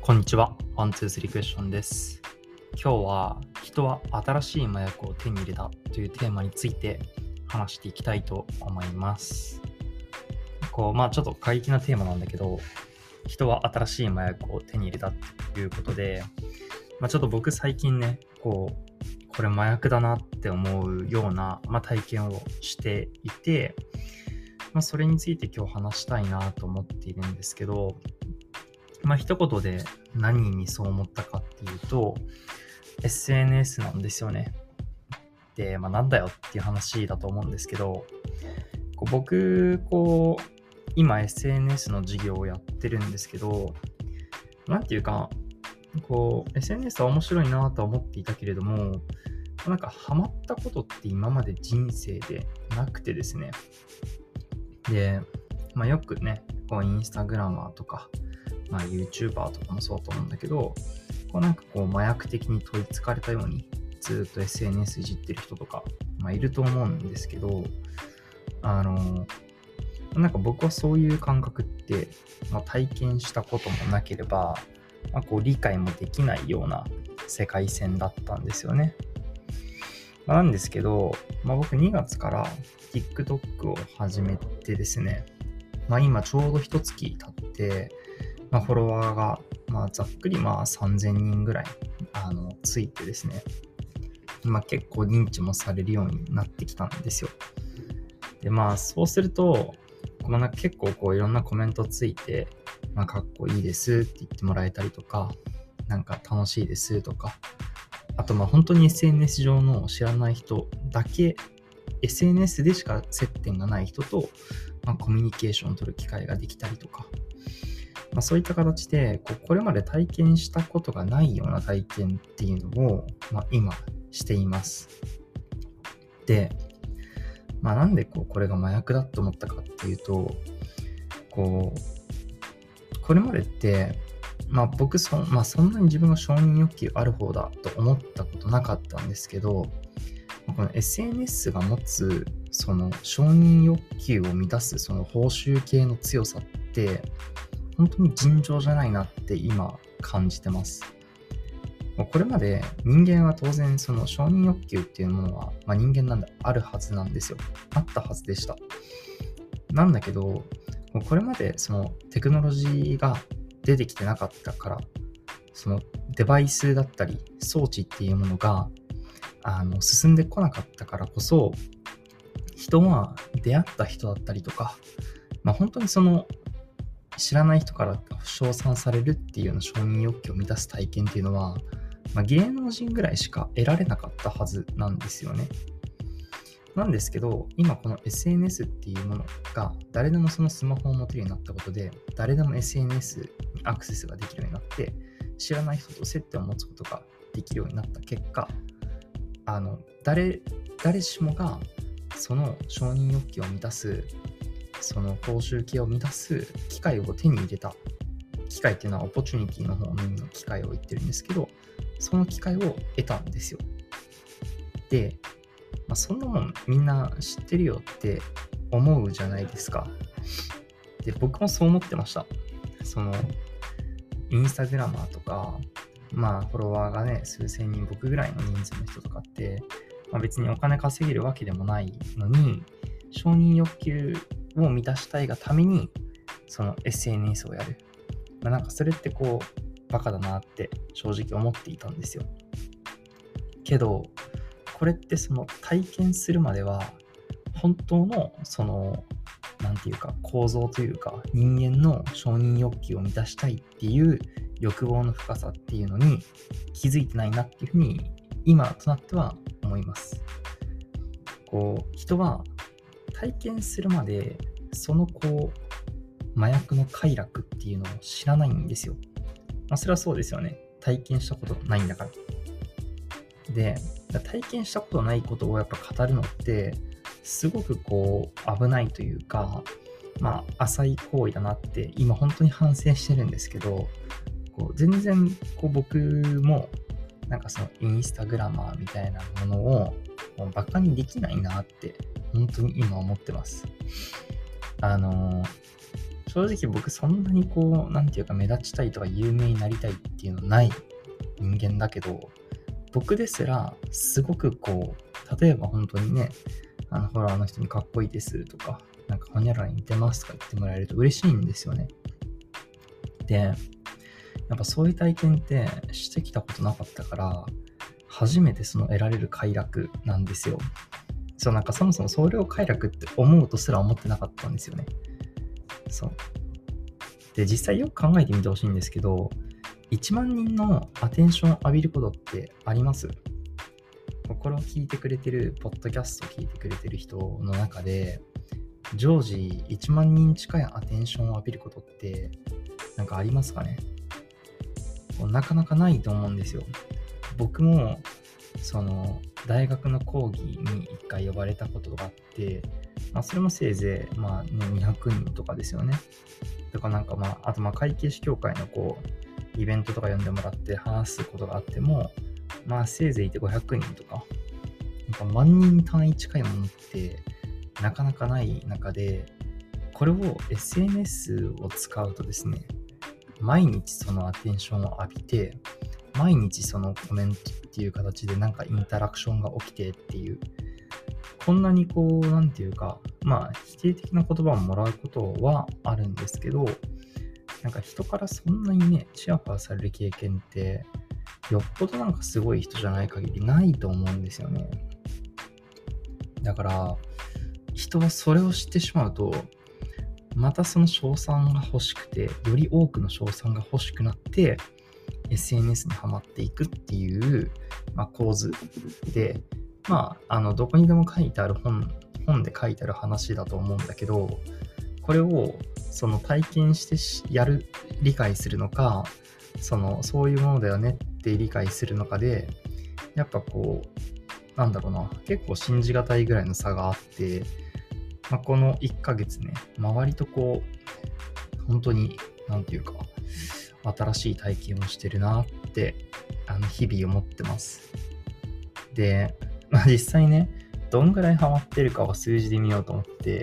こんにちは。ワン、ツー、スリークエスチョンです。今日は人は新しい麻薬を手に入れたというテーマについて話していきたいと思います。ちょっと過激なテーマなんだけど、人は新しい麻薬を手に入れたということで、ちょっと僕最近ね、これ麻薬だなって思うような、体験をしていて、それについて今日話したいなと思っているんですけど、一言で何にそう思ったかっていうと、SNS なんですよね。で、なんだよっていう話だと思うんですけど、僕、今 SNS の事業をやってるんですけど、SNS は面白いなとは思っていたけれども、ハマったことって今まで人生でなくてですね。で、よくね、インスタグラマーとか、YouTuber とかもそうだと思うんだけど、麻薬的に取り憑かれたようにずっと SNS いじってる人とか、いると思うんですけど、僕はそういう感覚って、体験したこともなければ、理解もできないような世界線だったんですよね。なんですけど、僕2月から TikTok を始めてですね、今ちょうど1月経って、フォロワーが、ざっくり3000人ぐらいついてですね、結構認知もされるようになってきたんですよ。で、そうすると、結構いろんなコメントついて、かっこいいですって言ってもらえたりとか、楽しいですとか、あと本当に SNS 上の知らない人だけ、SNS でしか接点がない人と、コミュニケーションを取る機会ができたりとか、そういった形でこれまで体験したことがないような体験っていうのを、今しています。で、なんでこれが麻薬だと思ったかっていうと、これまでって僕そんなに自分が承認欲求ある方だと思ったことなかったんですけど、この SNS が持つその承認欲求を満たすその報酬系の強さって本当に尋常じゃないなって今感じてます。これまで人間は当然その承認欲求っていうものは、人間なんであるはずなんですよ。あったはずでした。なんだけど、これまでそのテクノロジーが出てきてなかったから、そのデバイスだったり装置っていうものが進んでこなかったからこそ、人は出会った人だったりとか、本当にその知らない人から称賛されるっていうような承認欲求を満たす体験っていうのは、芸能人ぐらいしか得られなかったはずなんですよね。なんですけど、今この SNS っていうものが誰でもそのスマホを持てるようになったことで、誰でも SNS にアクセスができるようになって、知らない人と接点を持つことができるようになった結果、誰しもがその承認欲求を満たす、その報酬系を満たす機会を手に入れた。機会っていうのはオポチュニティの方の意味の機会を言ってるんですけど、その機会を得たんですよ。で、そんなもんみんな知ってるよって思うじゃないですか。で、僕もそう思ってました。そのインスタグラマーとか、フォロワーがね、数千人、僕ぐらいの人数の人とかって、別にお金稼げるわけでもないのに、承認欲求を満たしたいがために、その SNS をやる。それってバカだなって正直思っていたんですよ。けど、これってその体験するまでは、本当のその、構造というか、人間の承認欲求を満たしたいっていう欲望の深さっていうのに気づいてないなっていうふうに、今となっては思います。人は体験するまで、その麻薬の快楽っていうのを知らないんですよ。それはそうですよね。体験したことないんだから。で、体験したことないことをやっぱ語るのって、すごく危ないというか、浅い行為だなって今本当に反省してるんですけど、全然僕もそのインスタグラマーみたいなものをバカにできないなって本当に今思ってます。 正直僕そんなにこう、なんていうか目立ちたいとか有名になりたいっていうのない人間だけど、僕ですらすごくこう、例えば本当にね、フォロワーの人にかっこいいですとか、なんかホニャララに似てますとか言ってもらえると嬉しいんですよね。で、やっぱそういう体験ってしてきたことなかったから、初めてその得られる快楽なんですよ。そう、なんかそもそもそれを快楽って思うとすら思ってなかったんですよね。そう。で、実際よく考えてみてほしいんですけど、1万人のアテンションを浴びることってあります？これを聞いてくれてる、ポッドキャストを聞いてくれてる人の中で、常時1万人近いアテンションを浴びることってなんかありますかね？なかなかないと思うんですよ。僕もその大学の講義に1回呼ばれたことがあって、それもせいぜい200人とかですよね。とかなんかあと会計士協会のこうイベントとか呼んでもらって話すことがあっても、せいぜいいて500人とか、なんか万人単位近いものってなかなかない中で、これを SNS を使うとですね、毎日そのアテンションを浴びて、毎日そのコメントっていう形でなんかインタラクションが起きてっていう、こんなにこうなんていうか、否定的な言葉をもらうことはあるんですけど、なんか人からそんなにねチヤホヤされる経験ってよっぽどなんかすごい人じゃない限りないと思うんですよね。だから人はそれを知ってしまうと、またその称賛が欲しくて、より多くの称賛が欲しくなって SNS にはまっていくっていう、構図で、どこにでも書いてある本で書いてある話だと思うんだけど、これをその体験して理解するのか、そういうものだよねって理解するのかで、やっぱこう結構信じがたいぐらいの差があって、この1ヶ月ね、周りとこう本当になんていうか新しい体験をしてるなって日々思ってます。で、実際ね、どんぐらいハマってるかを数字で見ようと思って、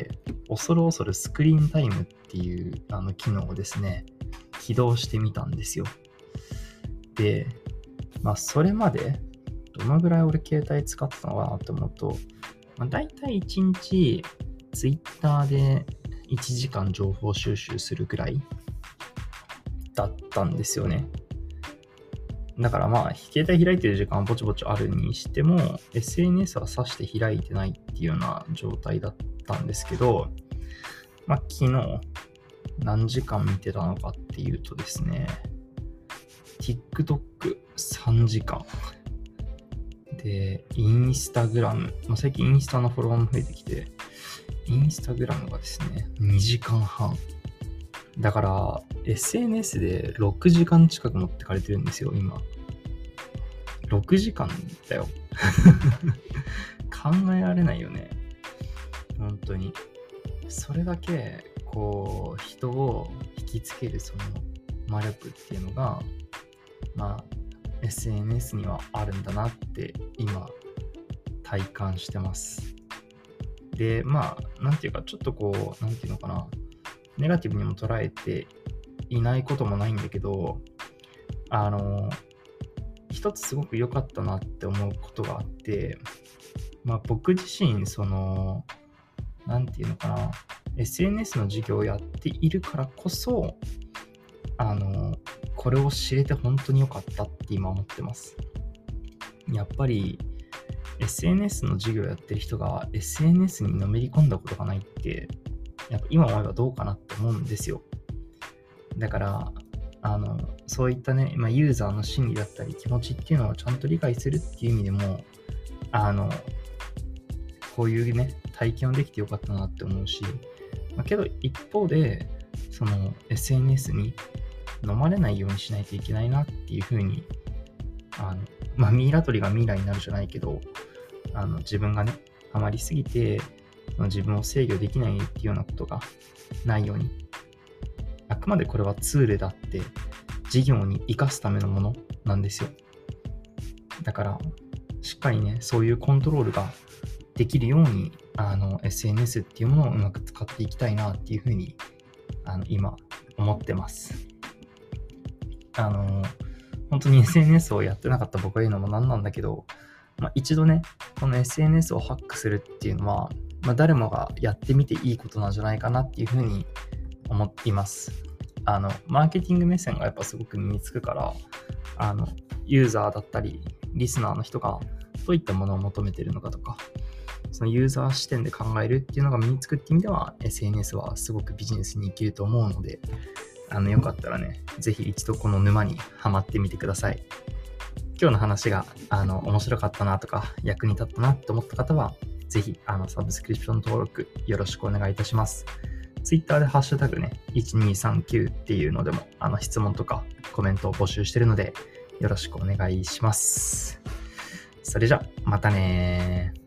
恐る恐るスクリーンタイムっていう機能をですね、起動してみたんですよ。で、それまでどのぐらい俺携帯使ってたのかなと思うと、だいたい1日 Twitter で1時間情報収集するぐらいだったんですよね。だから携帯開いてる時間はぼちぼちあるにしても SNS はさして開いてないっていうような状態だったんですけど、昨日何時間見てたのかっていうとですね、TikTok3 時間で、インスタグラム、最近インスタのフォロワーも増えてきて、インスタグラムがですね2時間半だから SNS で6時間近く持ってかれてるんですよ今。6時間だよ考えられないよね本当に。それだけこう人を引きつけるその魔力っていうのがSNS にはあるんだなって今体感してます。でなんていうかちょっとこうなんていうのかな、ネガティブにも捉えていないこともないんだけど、一つすごく良かったなって思うことがあって、僕自身なんていうのかな、SNS の授業をやっているからこそこれを知れて本当に良かったって今思ってます。やっぱり SNS の授業やってる人が SNS にのめり込んだことがないってやっぱ今思えばどうかなって思うんですよ。だからそういったね、ユーザーの心理だったり気持ちっていうのをちゃんと理解するっていう意味でもこういうね体験をできてよかったなって思うし、けど一方でその SNS に飲まれないようにしないといけないなっていうふうにミイラ取りがミイラになるじゃないけど自分がねハマりすぎて自分を制御できないっていうようなことがないように、あくまでこれはツールだって事業に生かすためのものなんですよ。だからしっかりねそういうコントロールができるようにSNS っていうものをうまく使っていきたいなっていうふうに今思ってます。本当に SNS をやってなかった僕が言うのもなんなんだけど、一度ね、この SNS をハックするっていうのは、誰もがやってみていいことなんじゃないかなっていうふうに思っています。マーケティング目線がやっぱすごく身につくから、ユーザーだったり、リスナーの人がどういったものを求めているのかとか、そのユーザー視点で考えるっていうのが身につくっていう意味では、SNS はすごくビジネスに生きると思うので、よかったらね、ぜひ一度この沼にはまってみてください。今日の話が面白かったなとか役に立ったなって思った方は、ぜひサブスクリプション登録よろしくお願いいたします。Twitter でハッシュタグね、1239っていうのでも質問とかコメントを募集しているので、よろしくお願いします。それじゃ、またねー。